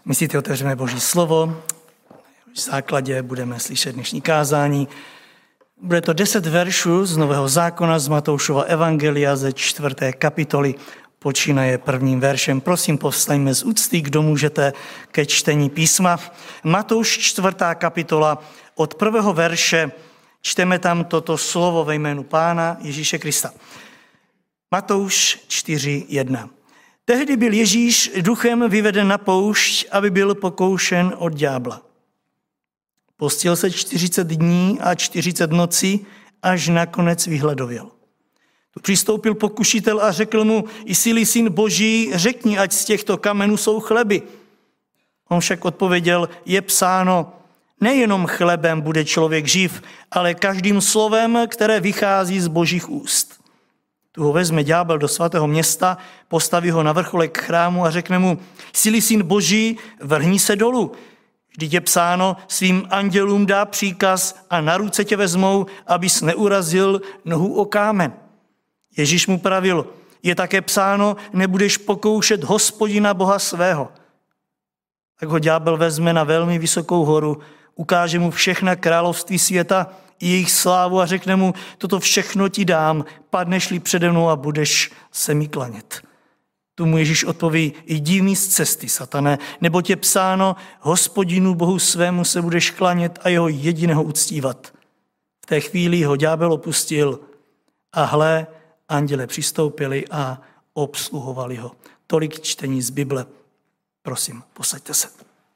My si otevřeme Boží slovo, v základě budeme slyšet dnešní kázání. Bude to 10 veršů z Nového zákona z Matoušova evangelia ze 4. kapitoly, počínaje 1. veršem. Prosím, povstaňme z úcty, kdo můžete, ke čtení písma. Matouš 4. kapitola od 1. verše čteme tam toto slovo ve jménu Pána Ježíše Krista. Matouš 4.1. Tehdy byl Ježíš duchem vyveden na poušť, aby byl pokoušen od ďábla. Postil se 40 dní a 40 nocí, až nakonec vyhladověl. Tu přistoupil pokušitel a řekl mu: Jsi-li syn Boží, řekni, ať z těchto kamenů jsou chleby. On však odpověděl: je psáno, nejenom chlebem bude člověk živ, ale každým slovem, které vychází z Božích úst. Tu ho vezme ďábel do svatého města, postaví ho na vrcholek chrámu a řekne mu: Jsi-li syn Boží, vrhni se dolů. Vždyť je psáno, svým andělům dá příkaz a na ruce tě vezmou, abys neurazil nohu o kámen. Ježíš mu pravil: je také psáno, nebudeš pokoušet Hospodina Boha svého. Tak ho ďábel vezme na velmi vysokou horu, ukáže mu všechna království světa i jejich slávu a řekne mu: toto všechno ti dám, padneš-li přede mnou a budeš se mi klanět. Tu mu Ježíš odpoví: jdi mi z cesty, satane, neboť je psáno, Hospodinu Bohu svému se budeš klanět a jeho jediného uctívat. V té chvíli ho ďábel opustil a hle, anděle přistoupili a obsluhovali ho. Tolik čtení z Bible. Prosím, posaďte se.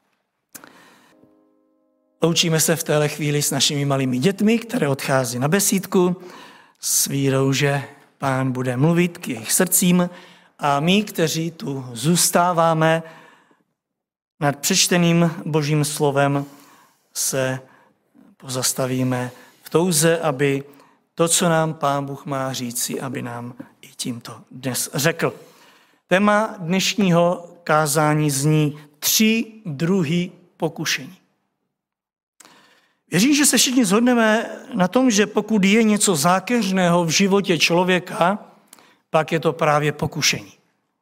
Loučíme se v téhle chvíli s našimi malými dětmi, které odchází na besídku s vírou, že Pán bude mluvit k jejich srdcím, a my, kteří tu zůstáváme nad přečteným Božím slovem, se pozastavíme v touze, aby to, co nám Pán Bůh má říci, aby nám i tímto dnes řekl. Téma dnešního kázání zní 3 druhy pokušení. Věřím, že se všichni shodneme na tom, že pokud je něco zákeřného v životě člověka, pak je to právě pokušení.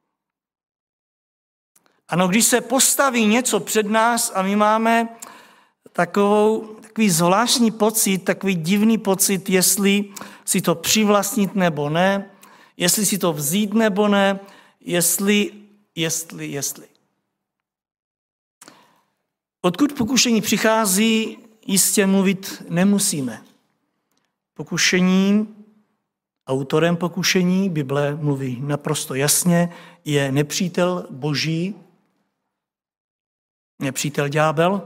Ano, když se postaví něco před nás a my máme takový zvláštní pocit, takový divný pocit, jestli si to přivlastnit nebo ne, jestli si to vzít nebo ne, jestli. Odkud pokušení přichází, jistě mluvit nemusíme. Pokušení, autorem pokušení, Bible mluví naprosto jasně, je nepřítel Boží, nepřítel ďábel.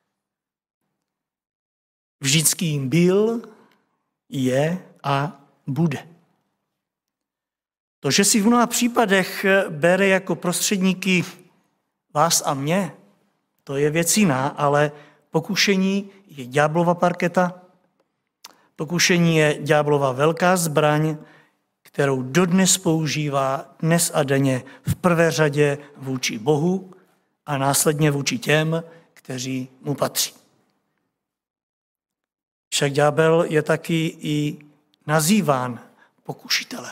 Vždycky jim byl, je a bude. To, že si v mnoha případech bere jako prostředníky vás a mě, to je věc jiná, ale pokušení je ďáblova parketa. Pokušení je ďáblova velká zbraň, kterou dodnes používá dnes a denně v prvé řadě vůči Bohu a následně vůči těm, kteří mu patří. Však ďábel je taky i nazýván pokušitelem.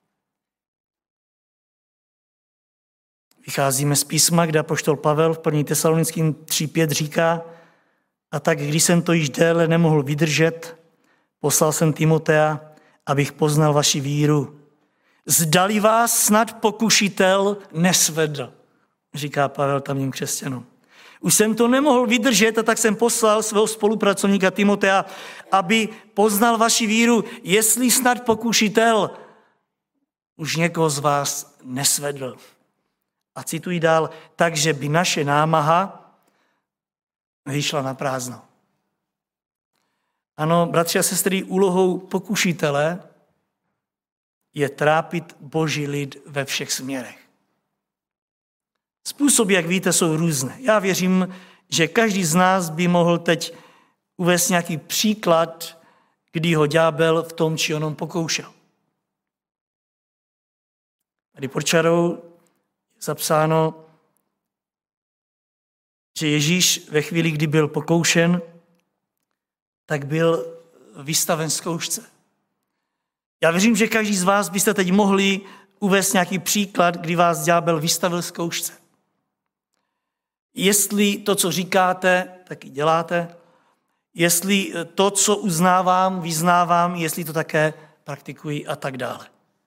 Vycházíme z písma, kde apoštol Pavel v 1. Tesalonickým 3.5 říká: a tak, když jsem to již déle nemohl vydržet, poslal jsem Timotea, abych poznal vaši víru. Zdali vás snad pokušitel nesvedl, říká Pavel tamním křesťanům. Už jsem to nemohl vydržet, a tak jsem poslal svého spolupracovníka Timotea, aby poznal vaši víru, jestli snad pokušitel už někoho z vás nesvedl. A cituji dál: takže by naše námaha vyšla na prázdno. Ano, bratři a sestry, úlohou pokušitele je trápit Boží lid ve všech směrech. Způsoby, jak víte, jsou různé. Já věřím, že každý z nás by mohl teď uvést nějaký příklad, kdy ho ďábel v tom či onom pokoušel. Tady pod čarou je zapsáno, že Ježíš ve chvíli, kdy byl pokoušen, tak byl vystaven zkoušce. Já věřím, že každý z vás byste teď mohli uvést nějaký příklad, kdy vás ďábel vystavil zkoušce. jestli to, co říkáte, taky děláte, jestli to, co uznávám, vyznávám, jestli to také praktikuji a tak dále.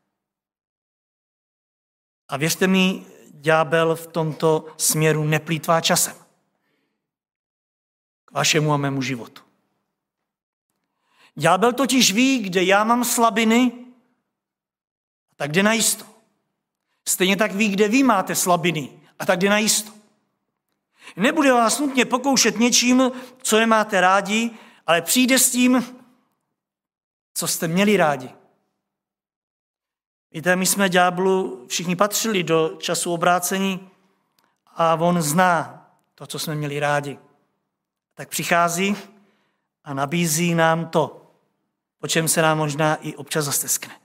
A věřte mi, ďábel v tomto směru neplýtvá časem k vašemu a mému životu. Ďábel totiž ví, kde já mám slabiny, tak jde najisto. Stejně tak ví, kde vy máte slabiny, a tak jde najisto. Nebude vás nutně pokoušet něčím, co nemáte rádi, ale přijde s tím, co jste měli rádi. Víte, my jsme ďáblu všichni patřili do času obrácení a on zná to, co jsme měli rádi. Tak přichází a nabízí nám to, po čem se nám možná i občas zasteskne.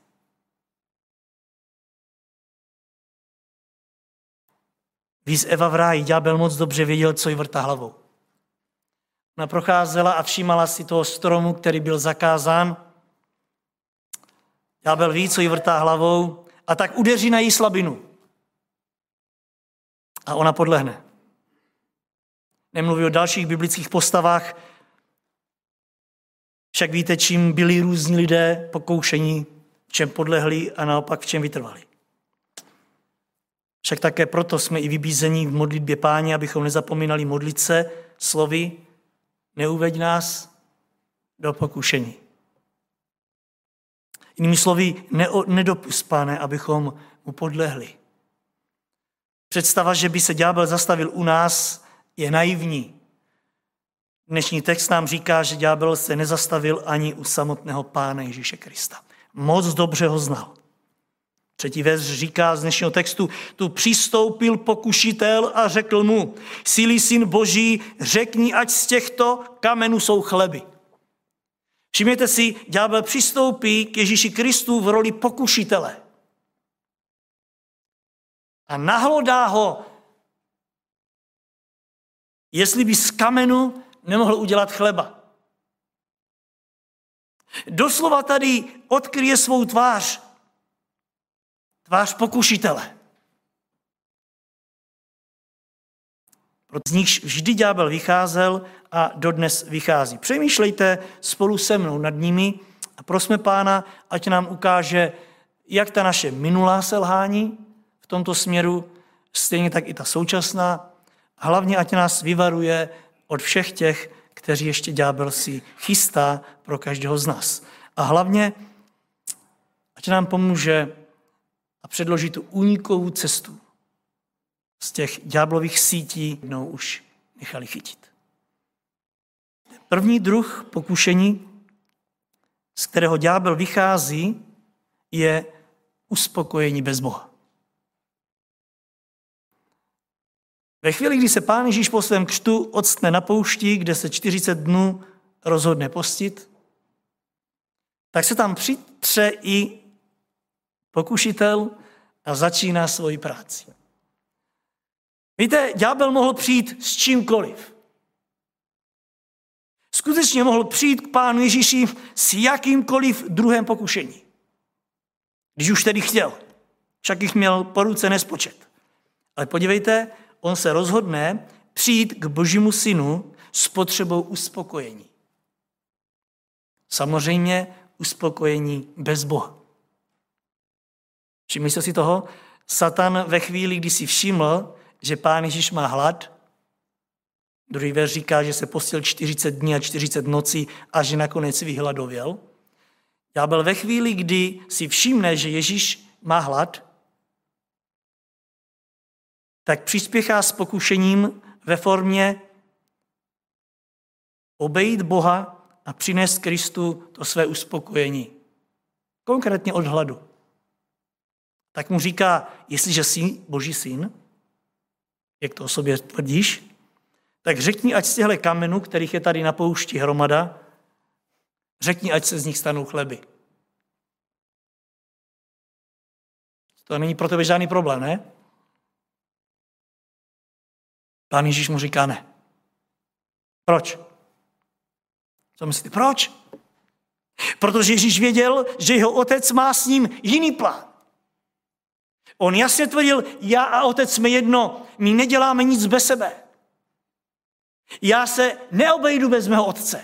Víc Eva v ráji, ďábel moc dobře věděl, co jí vrtá hlavou. Ona procházela a všímala si toho stromu, který byl zakázán. Ďábel ví, co jí vrtá hlavou, a tak udeří na její slabinu. A ona podlehne. Nemluví o dalších biblických postavách, však víte, čím byli různí lidé pokoušení, v čem podlehli a naopak v čem vytrvali. Však také proto jsme i vybízeni v modlitbě Páně, abychom nezapomínali modlit se slovy neuveď nás do pokušení. Jinými slovy, nedopusť, Pane, abychom mu podlehli. Představa, že by se ďábel zastavil u nás, je naivní. Dnešní text nám říká, že ďábel se nezastavil ani u samotného Pána Ježíše Krista. Moc dobře ho znal. 3. verš říká z dnešního textu, tu přistoupil pokušitel a řekl mu, jsi-li syn Boží, řekni, ať z těchto kamenů jsou chleby. Všimněte si, ďábel přistoupí k Ježíši Kristu v roli pokušitele. A nahlodá ho, jestli by z kamenu nemohl udělat chleba. Doslova tady odkryje svou tvář. Tvář pokušitele. Z nichž vždy ďábel vycházel a dodnes vychází. Přemýšlejte spolu se mnou nad nimi a prosme Pána, ať nám ukáže, jak ta naše minulá selhání v tomto směru, stejně tak i ta současná, a hlavně ať nás vyvaruje od všech těch, kteří ještě ďábel si chystá pro každého z nás. A hlavně, ať nám pomůže a předloží tu únikovou cestu z těch ďáblových sítí, jednou už nechali chytit. První druh pokušení, z kterého ďábel vychází, je uspokojení bez Boha. Ve chvíli, kdy se Pán Ježíš po svém křtu octne na poušti, kde se 40 dnů rozhodne postit, tak se tam přitře i pokušitel a začíná svoji práci. Víte, ďábel mohl přijít s čímkoliv. Skutečně mohl přijít k Pánu Ježíši s jakýmkoliv druhem pokušení. Když už tedy chtěl. Však jich měl po ruce nespočet. Ale podívejte, on se rozhodne přijít k Božímu synu s potřebou uspokojení. Samozřejmě uspokojení bez Boha. Všimli jste si toho? Satan ve chvíli, kdy si všiml, že Pán Ježíš má hlad, druhý verš říká, že se postil 40 dní a 40 nocí a že nakonec vyhladověl. Ďábel ve chvíli, kdy si všimne, že Ježíš má hlad, tak přispěchá s pokušením ve formě obejít Boha a přinést Kristu to své uspokojení. Konkrétně od hladu. Tak mu říká, jestliže jsi Boží syn, jak to o sobě tvrdíš, tak řekni, ať z těchto kamenů, kterých je tady na poušti hromada, řekni, ať se z nich stanou chleby. To není pro tebe žádný problém, ne? Pán Ježíš mu říká ne. Proč? Co myslíte? Proč? Protože Ježíš věděl, že jeho otec má s ním jiný plán. On jasně tvrdil, já a otec jsme jedno, my neděláme nic bez sebe. Já se neobejdu bez mého otce.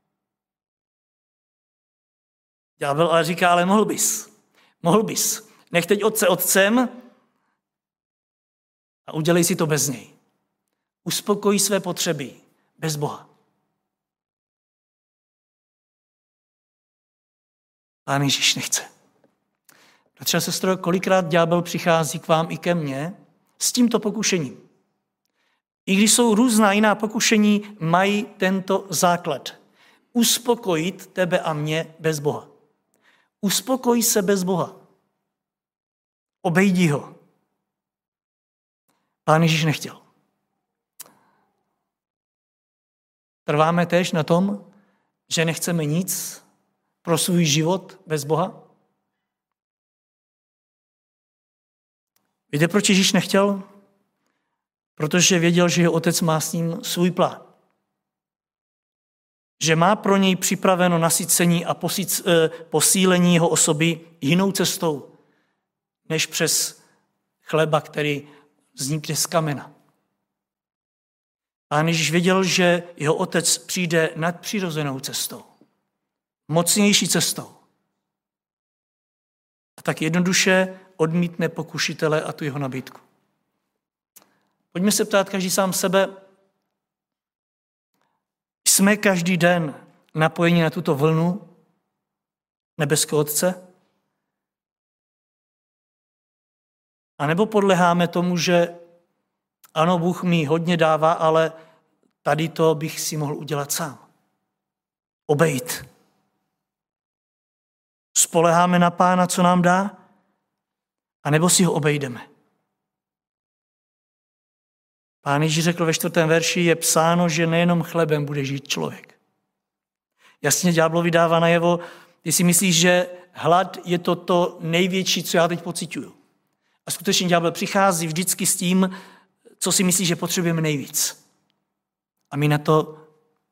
Ďábel ale říká, ale mohl bys. Nech teď otce otcem a udělej si to bez něj. Uspokoj své potřeby bez Boha. Pán Ježíš nechce. Bratře a sestro, kolikrát ďábel přichází k vám i ke mně s tímto pokušením. I když jsou různá jiná pokušení, mají tento základ. Uspokojit tebe a mě bez Boha. Uspokoj se bez Boha. Obejdi ho. Pán Ježíš nechtěl. Trváme též na tom, že nechceme nic pro svůj život bez Boha? Víte, proč Ježíš nechtěl? Protože věděl, že jeho otec má s ním svůj plán. Že má pro něj připraveno nasycení a posílení jeho osoby jinou cestou, než přes chleba, který vznikne z kamena. Pán Ježíš věděl, že jeho otec přijde nadpřirozenou cestou, mocnější cestou. A tak jednoduše odmítne pokušitele a tu jeho nabídku. Pojďme se ptát každý sám sebe, jsme každý den napojeni na tuto vlnu nebeského Otce? A nebo podleháme tomu, že ano, Bůh mi hodně dává, ale tady to bych si mohl udělat sám. Obejít. Spoleháme na Pána, co nám dá? A nebo si ho obejdeme? Pán Ježíš řekl ve 4. verši, je psáno, že nejenom chlebem bude žít člověk. Jasně ďáblovi dává najevo, ty si myslíš, že hlad je to největší, co já teď pociťuju. A skutečně ďábel přichází vždycky s tím, co si myslí, že potřebujeme nejvíc. A my na to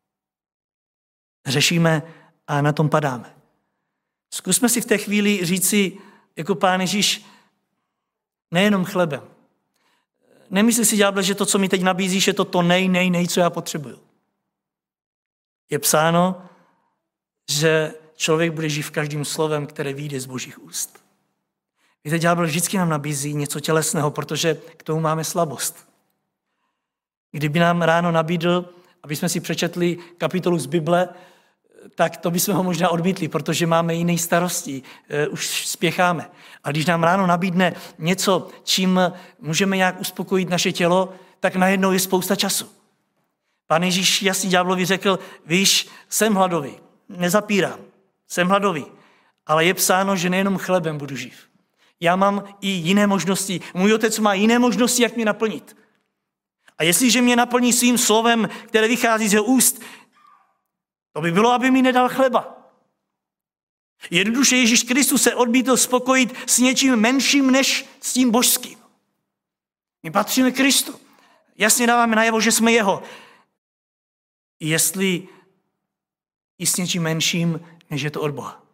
řešíme a na tom padáme. Zkusme si v té chvíli říci, jako Pán Ježíš, nejenom chlebem. Nemyslí si, ďáble, že to, co mi teď nabízíš, je to nej, co já potřebuju. Je psáno, že člověk bude žít v každým slovem, které vyjde z Božích úst. Víte, ďábel vždycky nám nabízí něco tělesného, protože k tomu máme slabost. Kdyby nám ráno nabídl, aby jsme si přečetli kapitolu z Bible, tak to bychom ho možná odmítli, protože máme jiné starosti, už spěcháme. A když nám ráno nabídne něco, čím můžeme nějak uspokojit naše tělo, tak najednou je spousta času. Pán Ježíš jasně ďáblovi řekl, víš, jsem hladový, nezapírám, jsem hladový, ale je psáno, že nejenom chlebem budu živ. Já mám i jiné možnosti. Můj otec má jiné možnosti, jak mě naplnit. A jestliže mě naplní svým slovem, které vychází z jeho úst, to by bylo, aby mi nedal chleba. Jednoduše Ježíš Kristus se odmítl spokojit s něčím menším než s tím božským. My patříme Kristu. Jasně dáváme najevo, že jsme jeho. Jestli i s něčím menším, než je to od Boha.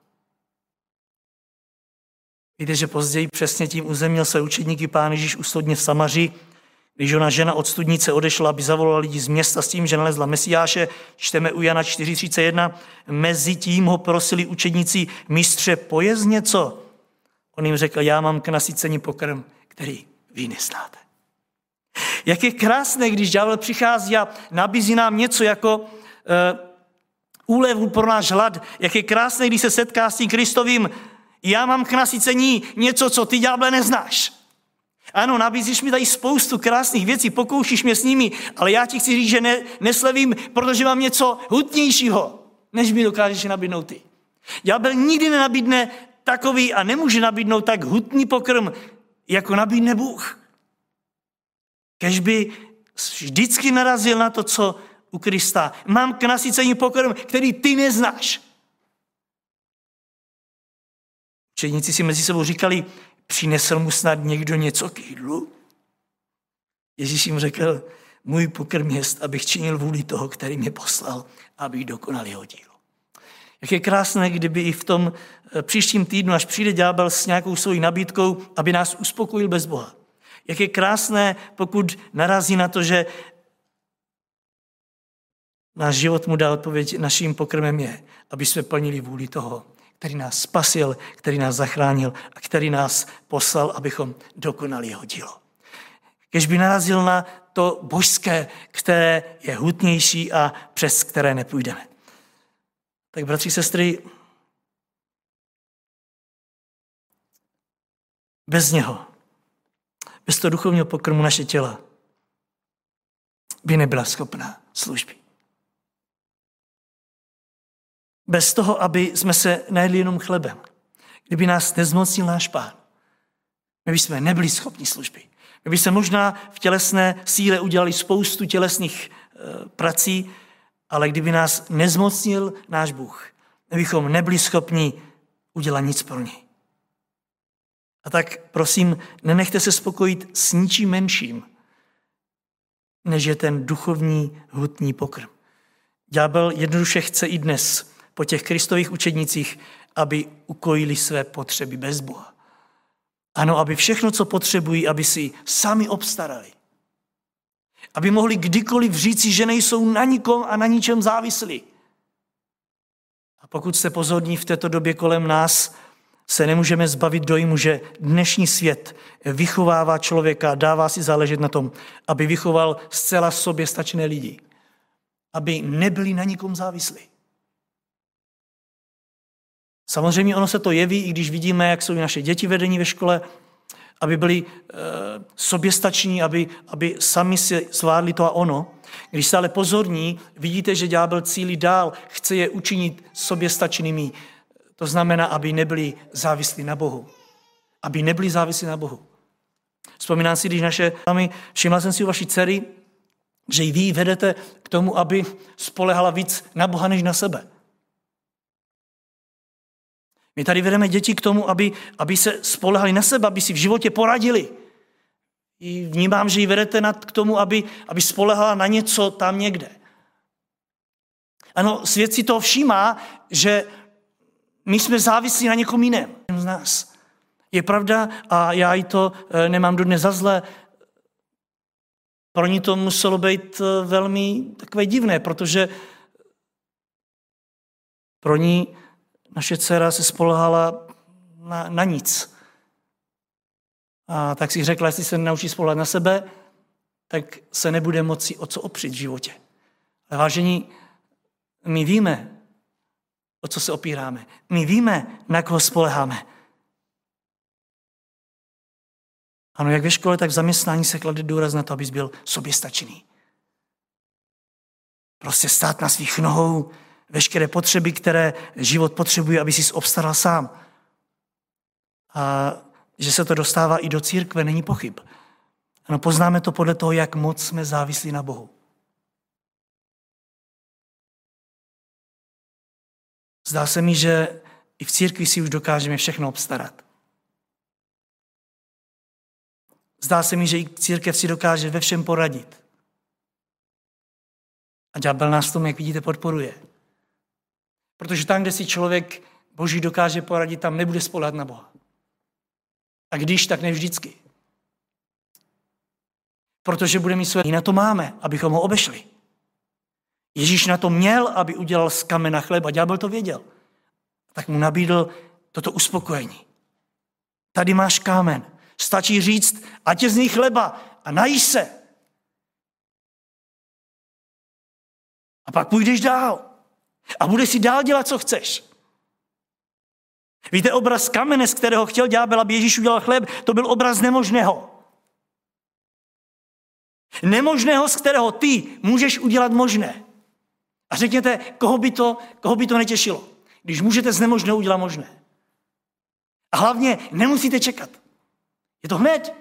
Víte, že později přesně tím uzemnil své učedníky Pán Ježíš u studně v Samaři, když ona žena od studnice odešla, aby zavolala lidi z města s tím, že nalezla Mesiáše, čteme u Jana 4.31, mezi tím ho prosili učedníci, mistře, pojez něco. On jim řekl, já mám k nasycení pokrm, který vy neznáte. Jak je krásné, když ďábel přichází a nabízí nám něco jako úlevu pro náš hlad. Jak je krásné, když se setká s tím Kristovým, já mám k nasycení něco, co ty, ďáble, neznáš. Ano, nabízíš mi tady spoustu krásných věcí, pokoušíš mě s nimi, ale já ti chci říct, že neslevím, protože mám něco hutnějšího, než mi dokážeš nabídnout ty. Ďábel nikdy nenabídne takový a nemůže nabídnout tak hutný pokrm, jako nabídne Bůh. Kež by vždycky narazil na to, co u Krista. Mám k nasycení pokrm, který ty neznáš. Učedníci si mezi sebou říkali, přinesl mu snad někdo něco k jídlu? Ježíš jim řekl, můj pokrm jest, abych činil vůli toho, který mě poslal, abych dokonal jeho dílo. Jak je krásné, kdyby i v tom příštím týdnu, až přijde ďábel s nějakou svojí nabídkou, aby nás uspokojil bez Boha. Jak je krásné, pokud narazí na to, že náš život mu dá odpověď, naším pokrmem je, aby jsme plnili vůli toho, který nás spasil, který nás zachránil a který nás poslal, abychom dokonali jeho dílo. Kež by narazil na to božské, které je hutnější a přes které nepůjdeme. Tak bratři, sestry, bez něho, bez toho duchovního pokrmu naše těla by nebyla schopná služby. Bez toho, aby jsme se najedli jenom chlebem, kdyby nás nezmocnil náš Pán, my bychom nebyli schopni služby. My bychom možná v tělesné síle udělali spoustu tělesných prací, ale kdyby nás nezmocnil náš Bůh, my bychom nebyli schopni udělat nic pro něj. A tak prosím, nenechte se spokojit s ničím menším, než je ten duchovní hutný pokrm. Ďábel jednoduše chce i dnes po těch Kristových učednicích, aby ukojili své potřeby bez Boha. Ano, aby všechno, co potřebují, aby si sami obstarali. Aby mohli kdykoliv říci, že nejsou na nikom a na ničem závislí. A pokud jste pozorní v této době kolem nás, se nemůžeme zbavit dojmu, že dnešní svět vychovává člověka, dává si záležet na tom, aby vychoval zcela soběstačné lidi. Aby nebyli na nikom závislí. Samozřejmě ono se to jeví, i když vidíme, jak jsou naše děti vedení ve škole, aby byli soběstační, aby sami si zvládli to a ono. Když jste ale pozorní, vidíte, že ďábel cílí dál, chce je učinit soběstačnými. To znamená, aby nebyli závislí na Bohu. Aby nebyli závislí na Bohu. Vzpomínám si, když naše mami, všimla jsem si u vaší dcery, že i vy vedete k tomu, aby spolehala víc na Boha, než na sebe. My tady vedeme děti k tomu, aby se spolehali na sebe, aby si v životě poradili. I vnímám, že ji vedete k tomu, aby spolehala na něco tam někde. Ano, svět si toho všímá, že my jsme závislí na někom jiném z nás. Je pravda, a já jí to nemám dodnes za zlé, pro ní to muselo být velmi takové divné, protože pro ní naše dcera se spoléhala na nic. A tak si řekla, jestli se naučí spoléhat na sebe, tak se nebude moci o co opřít v životě. Ale vážení, my víme, o co se opíráme. My víme, na koho spoléháme. Ano, jak ve škole, tak v zaměstnání se klade důraz na to, abys byl soběstačný. Prostě stát na svých nohou, veškeré potřeby, které život potřebuje, aby si obstaral sám. A že se to dostává i do církve, není pochyb. Ano, poznáme to podle toho, jak moc jsme závislí na Bohu. Zdá se mi, že i v církvi si už dokážeme všechno obstarat. Zdá se mi, že i církev si dokáže ve všem poradit. A ďábel nás v tom, jak vidíte, podporuje. Protože tam, kde si člověk Boží dokáže poradit, tam nebude spoléhat na Boha. A když, tak ne vždycky. Protože bude mít své. I na to máme, abychom ho obešli. Ježíš na to měl, aby udělal z kamena chleb a ďábel to věděl. Tak mu nabídl toto uspokojení. Tady máš kámen. Stačí říct, ať je z něj chleba a najíš se. A pak půjdeš dál. A budeš si dál dělat, co chceš. Víte, obraz kamene, z kterého chtěl ďábel, aby Ježíš udělal chleb, to byl obraz nemožného. Nemožného, z kterého ty můžeš udělat možné. A řekněte, koho by to netěšilo, když můžete z nemožného udělat možné. A hlavně nemusíte čekat. Je to hned.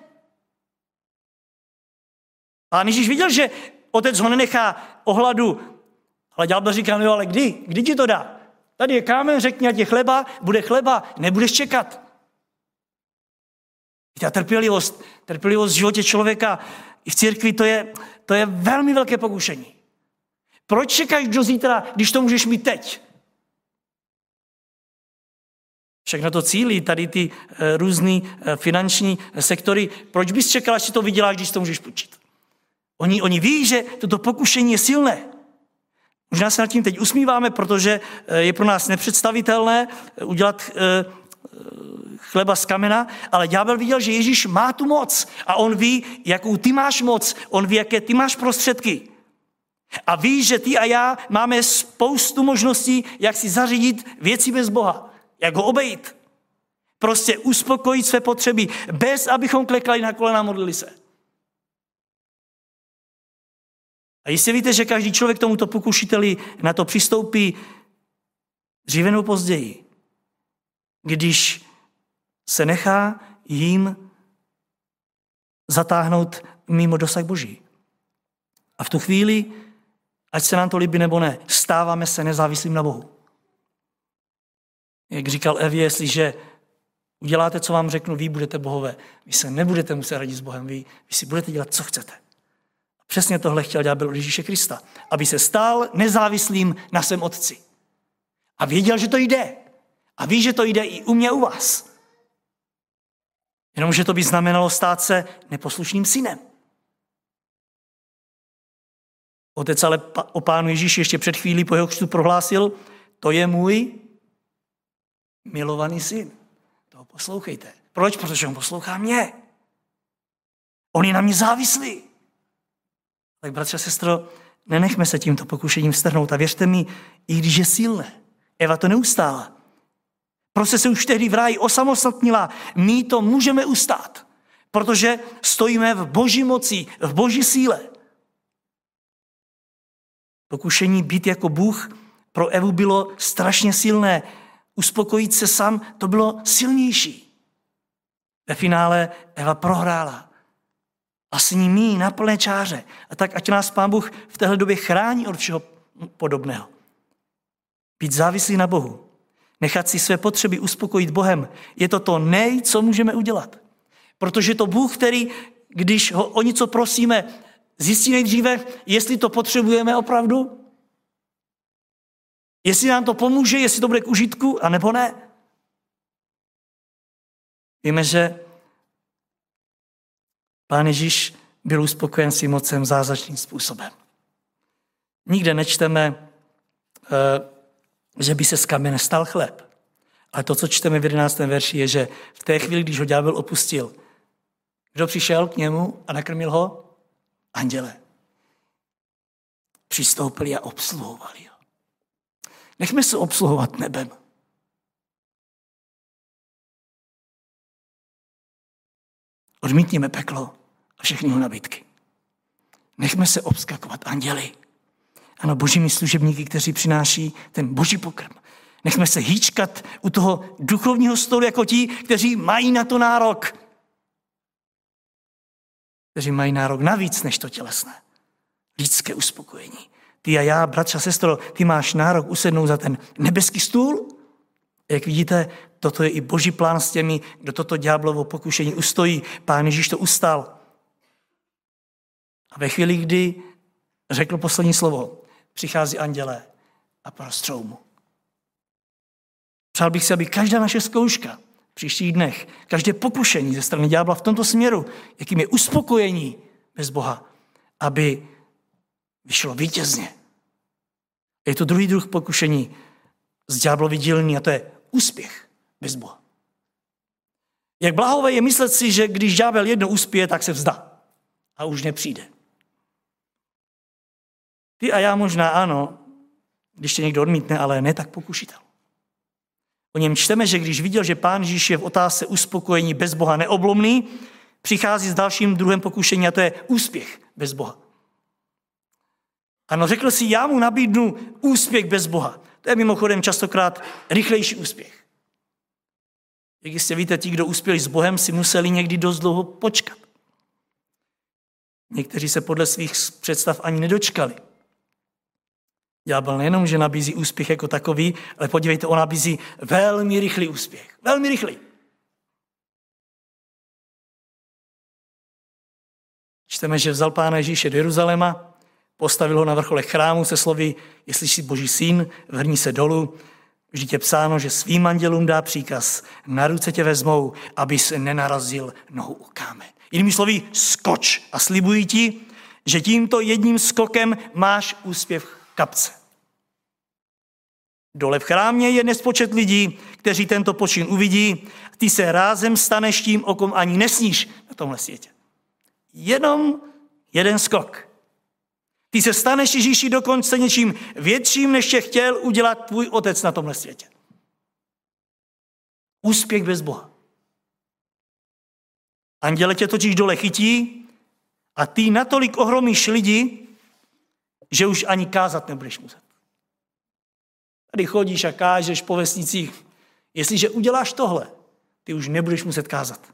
A Ježíš viděl, že otec ho nenechá o hladu, ale ďábel říká, no ale kdy ti to dá? Tady je kámen, řekni, ať je chleba, bude chleba, nebudeš čekat. Ta trpělivost v životě člověka i v církvi, to je velmi velké pokušení. Proč čekáš do zítra, když to můžeš mít teď? Však na to cílí tady ty různý finanční sektory. Proč bys čekal, až si to vyděláš, když to můžeš půjčit? Oni ví, že toto pokušení je silné. Možná se nad tím teď usmíváme, protože je pro nás nepředstavitelné udělat chleba z kamena, ale ďábel viděl, že Ježíš má tu moc a on ví, jakou ty máš moc, on ví, jaké ty máš prostředky. A ví, že ty a já máme spoustu možností, jak si zařídit věci bez Boha, jak ho obejít. Prostě uspokojit své potřeby, bez abychom klekali na kolena a modlili se. A jistě víte, že každý člověk tomuto pokušiteli na to přistoupí dříve nebo později, když se nechá jim zatáhnout mimo dosah Boží. A v tu chvíli, ať se nám to líbí nebo ne, stáváme se nezávislým na Bohu. Jak říkal Evě, jestliže uděláte, co vám řeknu, vy budete bohové. Vy se nebudete muset radit s Bohem, vy si budete dělat, co chcete. A přesně tohle chtěl ďábel od Ježíše Krista. Aby se stal nezávislým na svém otci. A věděl, že to jde. A ví, že to jde i u mě, u vás. Jenomže to by znamenalo stát se neposlušným synem. Otec ale o Pánu Ježíši ještě před chvílí po jeho křtu prohlásil, to je můj milovaný syn. Toho poslouchejte. Proč? Protože on poslouchá mě. On je na mě závislý. Tak bratře a sestro, nenechme se tímto pokušením strhnout a věřte mi, i když je silné. Eva to neustála. Prostě se už tehdy v ráji osamostatnila. My to můžeme ustát, protože stojíme v Boží moci, v Boží síle. Pokušení být jako Bůh pro Evu bylo strašně silné. Uspokojit se sám, to bylo silnější. Ve finále Eva prohrála. A s ní my na plné čáře. A tak ať nás Pán Bůh v téhle době chrání od všeho podobného. Být závislý na Bohu. Nechat si své potřeby uspokojit Bohem. Je to co můžeme udělat. Protože to Bůh, který, když ho o něco prosíme, zjistí nejdříve, jestli to potřebujeme opravdu, jestli nám to pomůže, jestli to bude k užitku, anebo ne. Víme, že Pán Ježíš byl uspokojen svým mocem zázračným způsobem. Nikde nečteme, že by se z kamene stal chléb. Ale to, co čteme v 11. verši, je, že v té chvíli, když ho ďábel opustil, kdo přišel k němu a nakrmil ho? Anděle. Přistoupili a obsluhovali ho. Nechme se obsluhovat nebem. Odmítněme peklo a všechny jeho nabídky. Nechme se obskakovat anděli. Ano, božími služebníky, kteří přináší ten boží pokrm. Nechme se hýčkat u toho duchovního stolu jako ti, kteří mají na to nárok. Kteří mají nárok navíc než to tělesné. Lidské uspokojení. Ty a já, bratře a sestro, ty máš nárok usednout za ten nebeský stůl. Jak vidíte, toto je i boží plán s těmi, kdo toto ďáblovo pokušení ustojí. Pán Ježíš to ustál. A ve chvíli, kdy řekl poslední slovo, přichází andělé a prostřou mu. Přál bych si, aby každá naše zkouška v příštích dnech, každé pokušení ze strany ďábla v tomto směru, jakým je uspokojení bez Boha, aby vyšlo vítězně. Je to druhý druh pokušení z ďáblovy dílny a to je úspěch bez Boha. Jak blahové je myslet si, že když ďábel jednou uspěje, tak se vzdá a už nepřijde. Ty a já možná ano, když tě někdo odmítne, ale ne tak pokušitel. O něm čteme, že když viděl, že Pán Ježíš je v otázce uspokojení bez Boha neoblomný, přichází s dalším druhem pokušení a to je úspěch bez Boha. Ano, řekl si, já mu nabídnu úspěch bez Boha. To je mimochodem častokrát rychlejší úspěch. Jak jistě víte, ti, kdo uspěli s Bohem, si museli někdy dost dlouho počkat. Někteří se podle svých představ ani nedočkali. Ďábel nejenom, že nabízí úspěch jako takový, ale podívejte, on nabízí velmi rychlý úspěch. Velmi rychlý. Čteme, že vzal Pána Ježíše do Jeruzaléma, postavil ho na vrcholech chrámu se slovy, jestli jsi Boží syn, vrhni se dolů. Vždyť je psáno, že svým andělům dá příkaz, na ruce tě vezmou, aby se nenarazil nohou o kámen. Jinými slovy, skoč a slibuji ti, že tímto jedním skokem máš úspěch v kapce. Dole v chrámě je nespočet lidí, kteří tento počin uvidí. Ty se rázem staneš tím, o kom ani nesníš na tomhle světě. Jenom jeden skok. Ty se staneš, Ježíši, dokonce něčím větším, než tě chtěl udělat tvůj otec na tomhle světě. Úspěch bez Boha. Anděle tě totiž dole chytí a ty natolik ohromíš lidi, že už ani kázat nebudeš muset. Tady chodíš a kážeš po vesnicích. Jestliže uděláš tohle, ty už nebudeš muset kázat.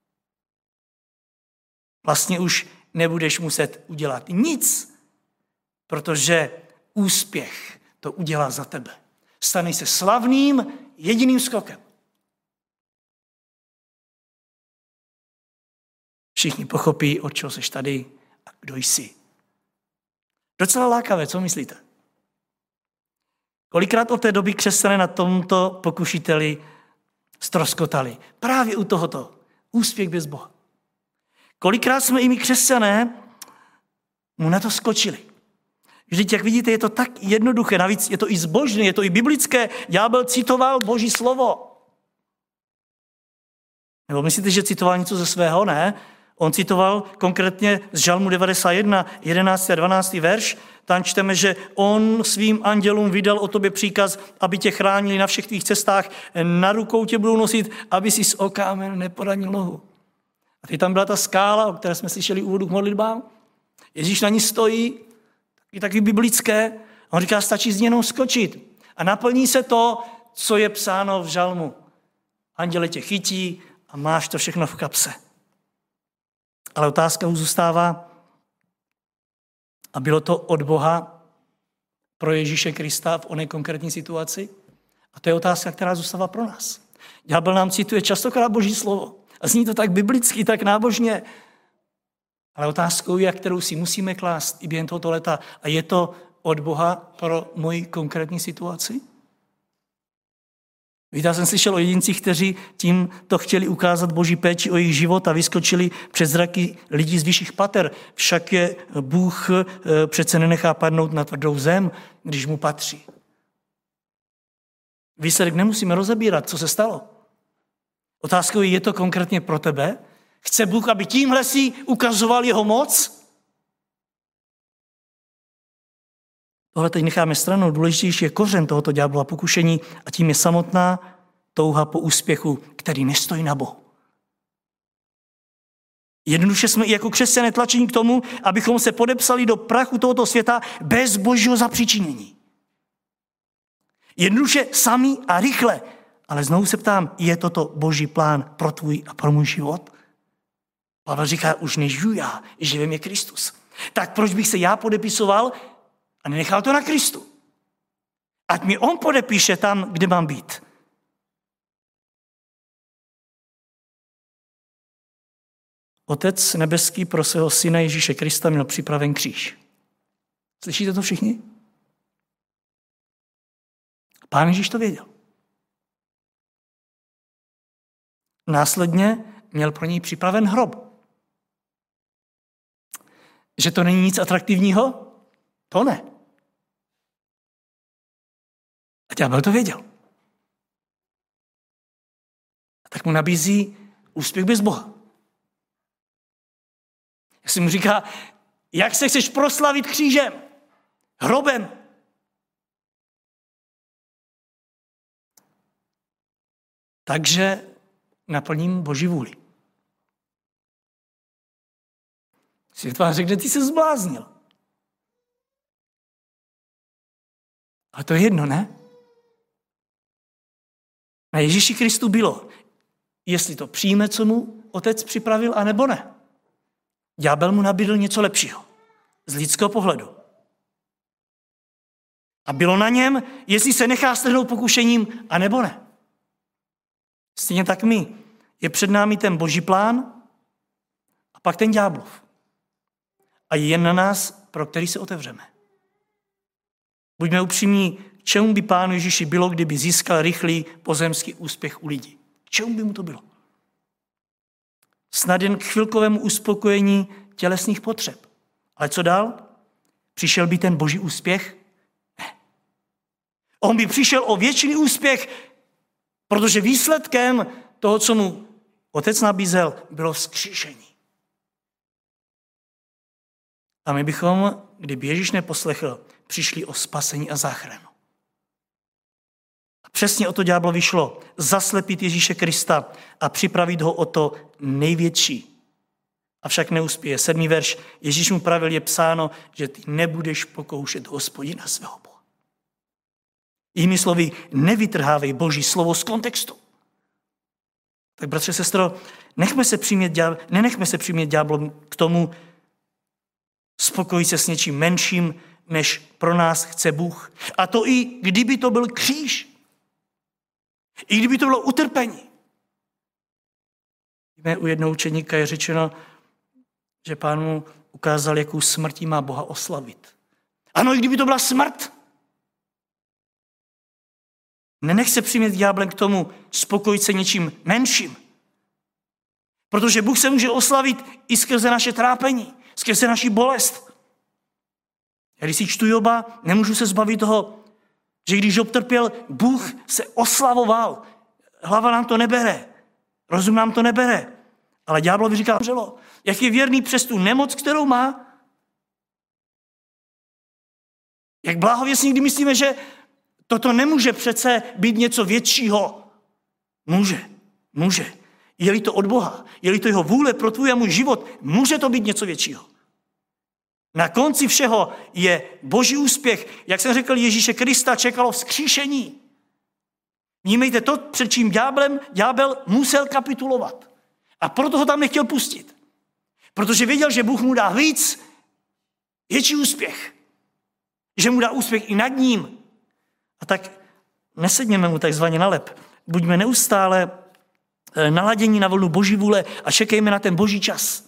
Vlastně už nebudeš muset udělat nic, protože úspěch to udělá za tebe. Staneš se slavným jediným skokem. Všichni pochopí, od čeho seš tady a kdo jsi. Docela lákavé, co myslíte? Kolikrát od té doby křesťané na tomto pokušiteli ztroskotali? Právě u tohoto. Úspěch bez Boha. Kolikrát jsme i my křesťané mu na to skočili. Vždyť, jak vidíte, je to tak jednoduché. Navíc je to i zbožné, je to i biblické. Ďábel citoval Boží slovo. Nebo myslíte, že citoval něco ze svého? Ne. On citoval konkrétně z Žalmu 91, 11 a 12 verš. Tam čteme, že on svým andělům vydal o tobě příkaz, aby tě chránili na všech tvých cestách. Na rukou tě budou nosit, aby si z kámen neporanil nohu. A teď tam byla ta skála, o které jsme slyšeli úvodu k modlitbám. Ježíš na ní stojí, taky biblické. A on říká, stačí z něj jenom skočit. A naplní se to, co je psáno v Žalmu. Anděle tě chytí a máš to všechno v kapse. Ale otázka už zůstává, a bylo to od Boha pro Ježíše Krista v oné konkrétní situaci? A to je otázka, která zůstává pro nás. Ďábel nám cituje častokrát Boží slovo. A zní to tak biblicky, tak nábožně. Ale otázkou je, kterou si musíme klást i během tohoto léta. A je to od Boha pro moji konkrétní situaci? Víte, já jsem slyšel o jedincích, kteří tím to chtěli ukázat Boží péči o jejich život a vyskočili přes zraky lidí z vyšších pater. Však je Bůh přece nenechá padnout na tvrdou zem, když mu patří. Výsledek nemusíme rozebírat, co se stalo. Otázkou je to konkrétně pro tebe? Chce Bůh, aby tímhle si ukazoval jeho moc? Tohle teď necháme stranou. Důležitější je kořen tohoto ďáblova pokušení a tím je samotná touha po úspěchu, který nestojí na Bohu. Jednoduše jsme i jako křesťané tlačení k tomu, abychom se podepsali do prachu tohoto světa bez Božího zapříčinění. Jednoduše sami a rychle. Ale znovu se ptám, je toto Boží plán pro tvůj a pro můj život? Pavel říká, už nežiju já, živím je Kristus. Tak proč bych se já podepisoval a nenechal to na Kristu? Ať mi on podepíše tam, kde mám být. Otec nebeský pro svého syna Ježíše Krista měl připraven kříž. Slyšíte to všichni? Pán Ježíš to věděl. Následně měl pro něj připraven hrob. Že to není nic atraktivního? To ne. A ďábel to věděl. A tak mu nabízí úspěch bez Boha. Jak si mu říká, jak se chceš proslavit křížem, hrobem. Takže naplním Boží vůli. Světová řekne, ty se zbláznil. Ale to je jedno, ne? Na Ježíši Kristu bylo, jestli to přijme, co mu otec připravil, anebo ne. Ďábel mu nabídl něco lepšího. Z lidského pohledu. A bylo na něm, jestli se nechá strhnout pokušením, anebo ne. Stejně tak my. Je před námi ten Boží plán a pak ten ďáblov. A je jen na nás, pro který se otevřeme. Buďme upřímní, k čemu by Pánu Ježíši bylo, kdyby získal rychlý pozemský úspěch u lidí? K čemu by mu to bylo? Snad jen k chvilkovému uspokojení tělesných potřeb. Ale co dál? Přišel by ten Boží úspěch? Ne. On by přišel o věčný úspěch, protože výsledkem toho, co mu otec nabízel, bylo vzkříšení. A my bychom, kdyby Ježíš neposlechl, přišli o spasení a záchranu. A přesně o to ďáblovi šlo. Zaslepit Ježíše Krista a připravit ho o to největší. Avšak neuspěje. 7. verš. Ježíš mu pravil, je psáno, že ty nebudeš pokoušet Hospodina svého Boha. Jinými slovy, nevytrhávej Boží slovo z kontextu. Tak bratře, sestro, nenechme se přimět ďáblom k tomu, spokojit se s něčím menším, než pro nás chce Bůh. A to i kdyby to byl kříž. I kdyby to bylo utrpení. U jednoho učeníka je řečeno, že Pán mu ukázal, jakou smrtí má Boha oslavit. Ano, i kdyby to byla smrt. Nenech se přimět ďáblem k tomu, spokojit se něčím menším. Protože Bůh se může oslavit i skrze naše trápení, skrze naši bolest. Já když si čtu Joba, nemůžu se zbavit toho, že když Job trpěl, Bůh se oslavoval. Hlava nám to nebere, rozum nám to nebere. Ale ďáblovi říká, jak je věrný přes tu nemoc, kterou má. Jak bláhověsně někdy myslíme, že toto nemůže přece být něco většího. Může. Je-li to od Boha, je-li to jeho vůle pro tvůj a můj život, může to být něco většího. Na konci všeho je Boží úspěch. Jak jsem řekl, Ježíše Krista čekalo vzkříšení. Vnímejte to, před čím ďábel musel kapitulovat. A proto ho tam nechtěl pustit. Protože věděl, že Bůh mu dá víc, větší úspěch. Že mu dá úspěch i nad ním. A tak nesedněme mu takzvaně na lep. Buďme neustále naladění na vlnu Boží vůle a čekejme na ten Boží čas.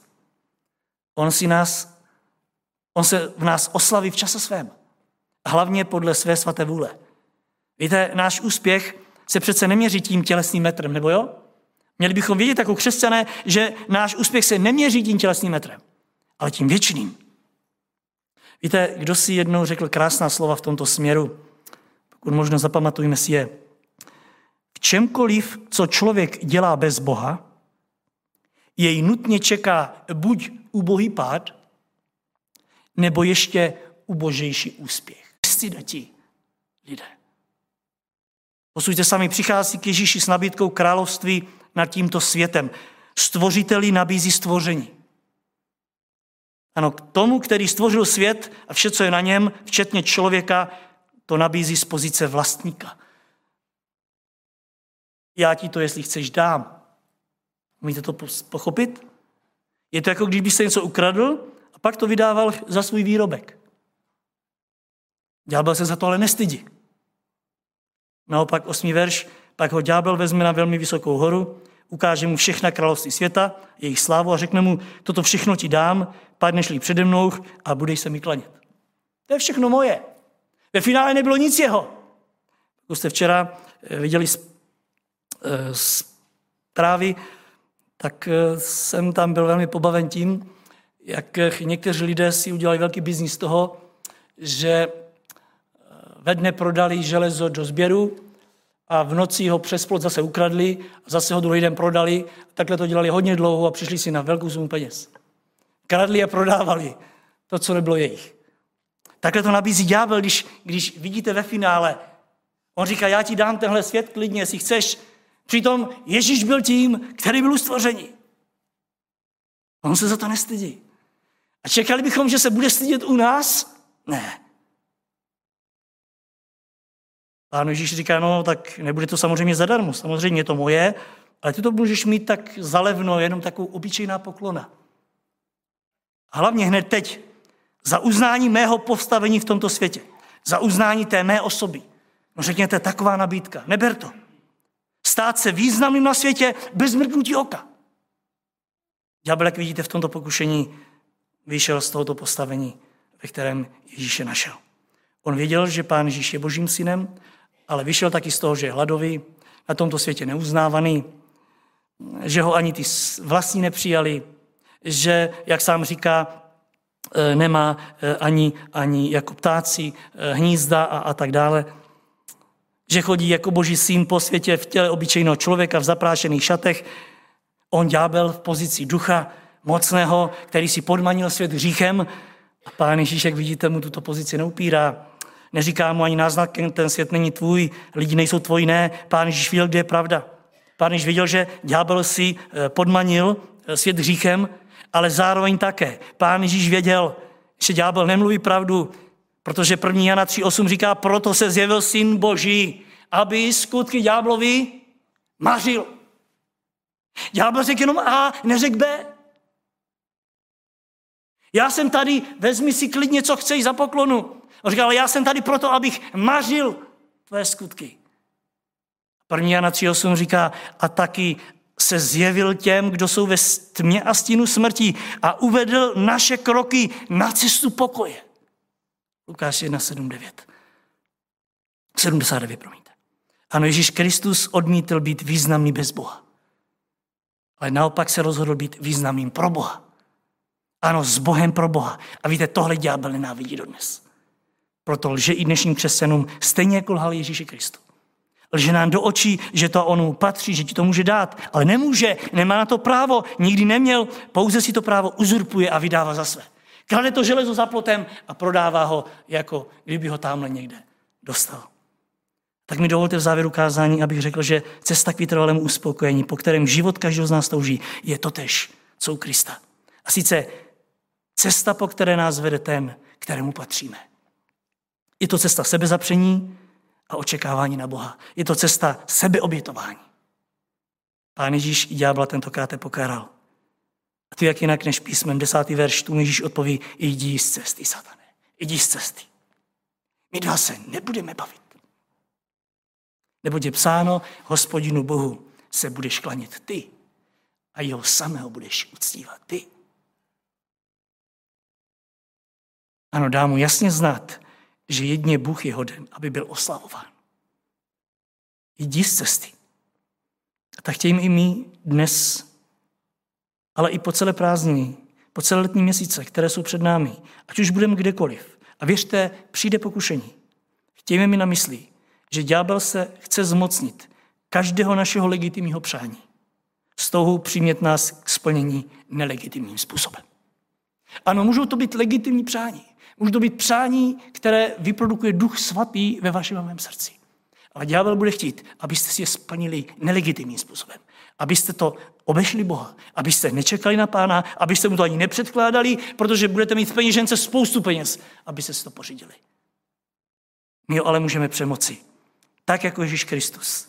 On se v nás oslaví v čase svém. A hlavně podle své svaté vůle. Víte, náš úspěch se přece neměří tím tělesným metrem, nebo jo? Měli bychom vědět jako křesťané, že náš úspěch se neměří tím tělesným metrem, ale tím věčným. Víte, kdo si jednou řekl krásná slova v tomto směru, pokud možno zapamatujme si je. V čemkoliv, co člověk dělá bez Boha, jej nutně čeká buď ubohý pád, nebo ještě ubožejší úspěch. Stydatí lidé. Posuďte sami, přichází k Ježíši s nabídkou království nad tímto světem. Stvořiteli nabízí stvoření. Ano, k tomu, který stvořil svět a vše, co je na něm, včetně člověka, to nabízí z pozice vlastníka. Já ti to, jestli chceš, dám. Umíte to pochopit? Je to jako když byste něco ukradl a pak to vydával za svůj výrobek. Ďábel se za to ale nestydí. Naopak 8. verš, pak ho ďábel vezme na velmi vysokou horu, ukáže mu všechna království světa, jejich slávu a řekne mu, toto všechno ti dám, padneš-li přede mnou a budeš se mi klanět. To je všechno moje. Ve finále nebylo nic jeho. Pokud jste včera viděli zprávy, tak jsem tam byl velmi pobaven tím, jak někteří lidé si udělali velký biznis z toho, že ve dne prodali železo do sběru a v noci ho přes plot zase ukradli a zase ho druhý den prodali. Takhle to dělali hodně dlouho a přišli si na velkou sumu peněz. Kradli a prodávali to, co nebylo jejich. Takhle to nabízí ďábel, když vidíte ve finále. On říká, já ti dám tenhle svět klidně, jestli chceš. Přitom Ježíš byl tím, který byl u stvoření. On se za to nestydí. A čekali bychom, že se bude stydět u nás? Ne. Pán Ježíš říká, no tak nebude to samozřejmě zadarmo, samozřejmě je to moje, ale ty to můžeš mít tak zalevno, jenom takovou obyčejná poklona. A hlavně hned teď, za uznání mého postavení v tomto světě, za uznání té mé osoby. No řekněte, taková nabídka, neber to. Stát se významným na světě bez mrknutí oka. Ďábel, jak vidíte v tomto pokušení, vyšel z tohoto postavení, ve kterém Ježíše našel. On věděl, že Pán Ježíš je Božím synem, ale vyšel taky z toho, že je hladový, na tomto světě neuznávaný, že ho ani ty vlastní nepřijali, že, jak sám říká, nemá ani jako ptáci hnízda a tak dále. že chodí jako boží syn po světě v těle obyčejného člověka v zaprášených šatech. On ďábel v pozici ducha mocného, který si podmanil svět hříchem. A Pán Ježíš, jak vidíte, mu tuto pozici neupírá. Neříká mu ani náznakem, ten svět není tvůj, lidi nejsou tvoji, ne. Pán Ježíš viděl, kde je pravda. Pán Ježíš viděl, že ďábel si podmanil svět hříchem, ale zároveň také. Pán Ježíš věděl, že ďábel nemluví pravdu, protože 1. Jana 3.8 říká, proto se zjevil Syn Boží, aby skutky ďáblovi mařil. Ďábel řekl jenom A, neřekl B. Já jsem tady, vezmi si klidně, co chceš za poklonu. On říkal, ale já jsem tady proto, abych mařil tvé skutky. 1. Jana 3.8 říká, a taky se zjevil těm, kdo jsou ve tmě a stínu smrti a uvedl naše kroky na cestu pokoje. Lukáš 79, promiňte. Ano, Ježíš Kristus odmítl být významný bez Boha. Ale naopak se rozhodl být významným pro Boha. Ano, s Bohem pro Boha. A víte, tohle ďábel nenávidí dodnes. Proto lže i dnešním křesťanům, stejně jako lhal Ježíši Kristu. Lže nám do očí, že to onu patří, že ti to může dát, ale nemůže, nemá na to právo, nikdy neměl, pouze si to právo uzurpuje a vydává za své. Klade to železo za plotem a prodává ho, jako kdyby ho tamhle někde dostal. Tak mi dovolte v závěru kázání, abych řekl, že cesta k vytrvalému uspokojení, po kterém život každého z nás touží, je totéž, co u Krista. A sice cesta, po které nás vede ten, kterému patříme. Je to cesta sebezapření a očekávání na Boha. Je to cesta sebeobětování. Pán Ježíš i ďábla tentokrát pokáral. A ty jak jinak než písmem 10. verš, tu Ježíš odpoví, jdi z cesty, satane. Jdi z cesty. My dva se nebudeme bavit. Neboť je psáno, Hospodinu Bohu se budeš klanit ty a jeho samého budeš uctívat ty. Ano, dá mu jasně znát, že jedině Bůh je hoden, aby byl oslavován. Jdi z cesty. A tak chtějme i my dnes, ale i po celé prázdniny, po celé letní měsíce, které jsou před námi, ať už budeme kdekoliv. A věřte, přijde pokušení. Chtějme mi na mysli, že ďábel se chce zmocnit každého našeho legitimního přání. S touhou přimět nás k splnění nelegitimním způsobem. Ano, můžou to být legitimní přání. Může to být přání, které vyprodukuje Duch Svatý ve vašem a mém srdci. Ale ďábel bude chtít, abyste si je splnili nelegitimním způsobem. Abyste to obešli Boha. Abyste nečekali na Pána, abyste mu to ani nepředkládali, protože budete mít v peněžence spoustu peněz, abyste si to pořídili. My ho ale můžeme přemoci. Tak jako Ježíš Kristus.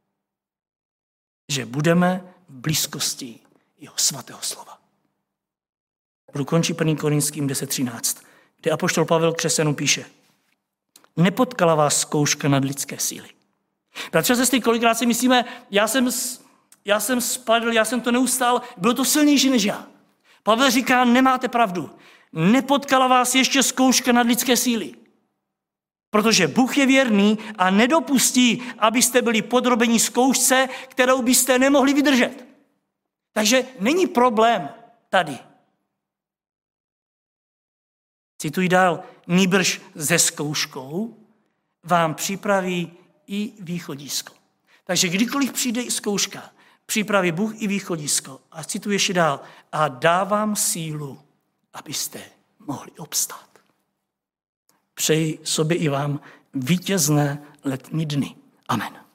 Že budeme v blízkosti jeho svatého slova. Budu končit 1. Korinským 10.13, kde apoštol Pavel křesťanům píše: Nepotkala vás zkouška nad lidské síly. Bratře a sestry, kolikrát si myslíme, já jsem spadl, já jsem to neustál, bylo to silnější než já. Pavel říká, nemáte pravdu. Nepotkala vás ještě zkouška nad lidské síly. Protože Bůh je věrný a nedopustí, abyste byli podrobeni zkoušce, kterou byste nemohli vydržet. Takže není problém tady. Cituji dál, nýbrž se zkouškou vám připraví i východisko. Takže kdykoliv přijde zkouška, připraví Bůh i východisko. A cituji ještě dál, a dávám sílu, abyste mohli obstát. Přeji sobě i vám vítězné letní dny. Amen.